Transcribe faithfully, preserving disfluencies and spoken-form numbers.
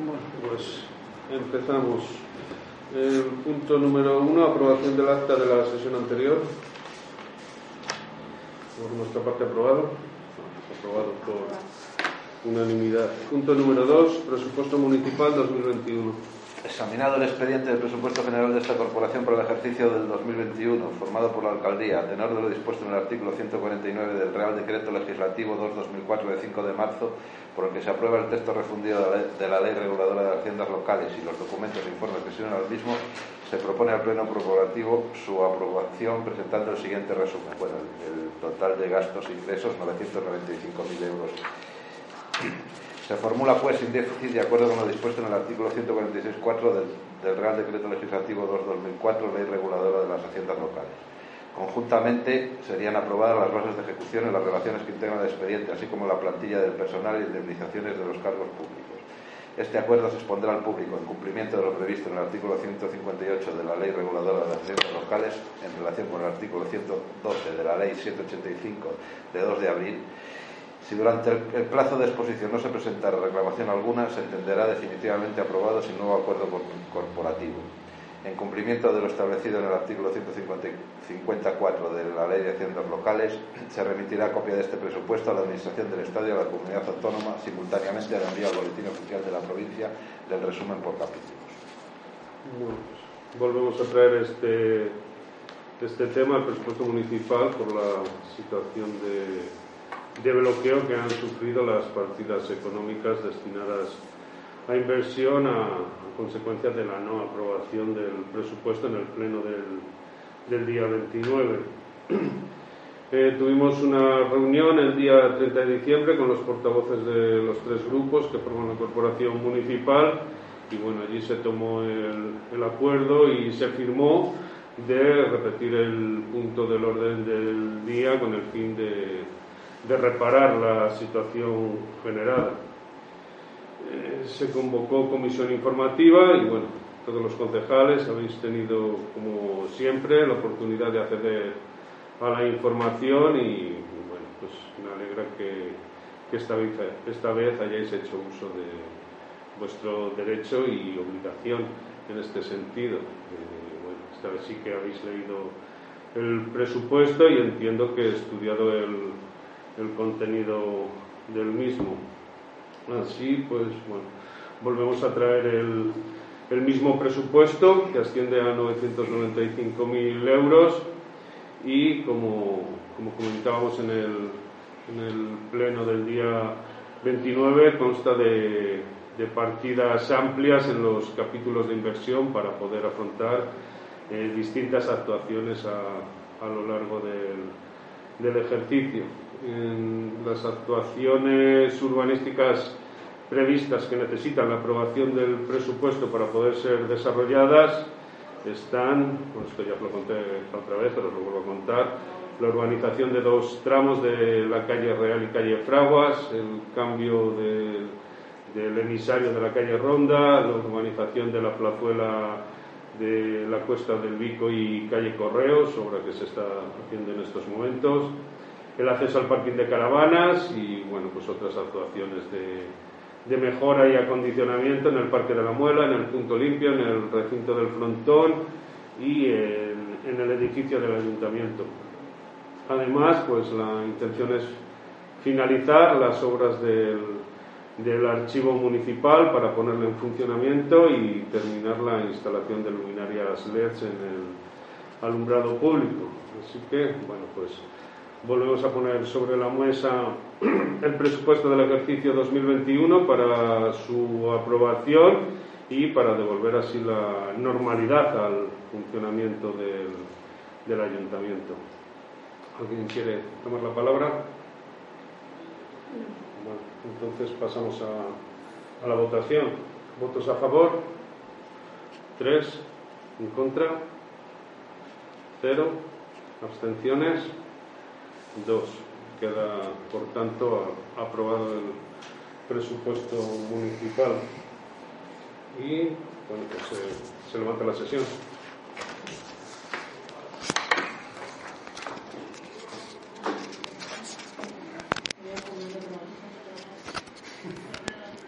Bueno, pues empezamos. El punto número uno, aprobación del acta de la sesión anterior. Por nuestra parte, aprobado. Aprobado por unanimidad. Punto número dos, presupuesto municipal dos mil veintiuno. Examinado el expediente del presupuesto general de esta corporación para el ejercicio del dos mil veintiuno, formado por la alcaldía, a tenor de lo dispuesto en el artículo ciento cuarenta y nueve del Real Decreto Legislativo dos barra dos mil cuatro de cinco de marzo, por el que se aprueba el texto refundido de la Ley Reguladora de Haciendas Locales y los documentos e informes que se unen al mismo, se propone al Pleno Corporativo su aprobación presentando el siguiente resumen. Bueno, el, el total de gastos e ingresos, novecientos noventa y cinco mil euros. Se formula, pues, sin déficit, de acuerdo con lo dispuesto en el artículo ciento cuarenta y seis punto cuatro del, del Real Decreto Legislativo dos barra dos mil cuatro, Ley Reguladora de las Haciendas Locales. Conjuntamente serían aprobadas las bases de ejecución en las relaciones que integran el expediente, así como la plantilla del personal y indemnizaciones de los cargos públicos. Este acuerdo se expondrá al público en cumplimiento de lo previsto en el artículo ciento cincuenta y ocho de la Ley Reguladora de las Haciendas Locales, en relación con el artículo ciento doce de la Ley ciento ochenta y cinco de dos de abril. Si durante el, el plazo de exposición no se presentara reclamación alguna, se entenderá definitivamente aprobado sin nuevo acuerdo corporativo. En cumplimiento de lo establecido en el artículo ciento cincuenta y cuatro de la Ley de Haciendas Locales, se remitirá copia de este presupuesto a la Administración del Estado y a la Comunidad Autónoma, simultáneamente al envío al Boletín Oficial de la Provincia del resumen por capítulos. Bueno, pues volvemos a traer este, este tema, el presupuesto municipal, por la situación de... de bloqueo que han sufrido las partidas económicas destinadas a inversión a, a consecuencia de la no aprobación del presupuesto en el pleno del, del día veintinueve. Eh, tuvimos una reunión el día treinta de diciembre con los portavoces de los tres grupos que forman la corporación municipal y bueno, allí se tomó el, el acuerdo y se firmó de repetir el punto del orden del día con el fin de de reparar la situación generada. Eh, se convocó comisión informativa y bueno, todos los concejales habéis tenido, como siempre, la oportunidad de acceder a la información y bueno, pues me alegra que, que esta vez, esta vez hayáis hecho uso de vuestro derecho y obligación en este sentido. Eh, bueno, esta vez sí que habéis leído el presupuesto y entiendo que he estudiado el el contenido del mismo. Así pues, bueno, volvemos a traer el, el mismo presupuesto que asciende a novecientos noventa y cinco mil euros y como, como comentábamos en el, en el pleno del día veintinueve, consta de, de partidas amplias en los capítulos de inversión para poder afrontar eh, distintas actuaciones a, a lo largo del, del ejercicio. En las actuaciones urbanísticas previstas que necesitan la aprobación del presupuesto para poder ser desarrolladas están, bueno, esto ya lo conté otra vez, pero lo vuelvo a contar, la urbanización de dos tramos de la calle Real y calle Fraguas, el cambio de, del emisario de la calle Ronda, la urbanización de la plazuela de la Cuesta del Vico y calle Correos, obra que se está haciendo en estos momentos, el acceso al parking de caravanas y bueno, pues otras actuaciones de, de mejora y acondicionamiento en el Parque de la Muela, en el Punto Limpio, en el recinto del Frontón y en, en el edificio del Ayuntamiento. Además, pues la intención es finalizar las obras del, del archivo municipal para ponerlo en funcionamiento y terminar la instalación de luminarias L E Ds en el alumbrado público. Así que, bueno, pues volvemos a poner sobre la mesa el presupuesto del ejercicio dos mil veintiuno para su aprobación y para devolver así la normalidad al funcionamiento del, del ayuntamiento. ¿Alguien quiere tomar la palabra? Bueno, entonces pasamos a, a la votación. ¿Votos a favor? Tres. ¿En contra? Cero. ¿Abstenciones? Dos. Queda, por tanto, aprobado el presupuesto municipal. Y, bueno, pues se, se levanta la sesión.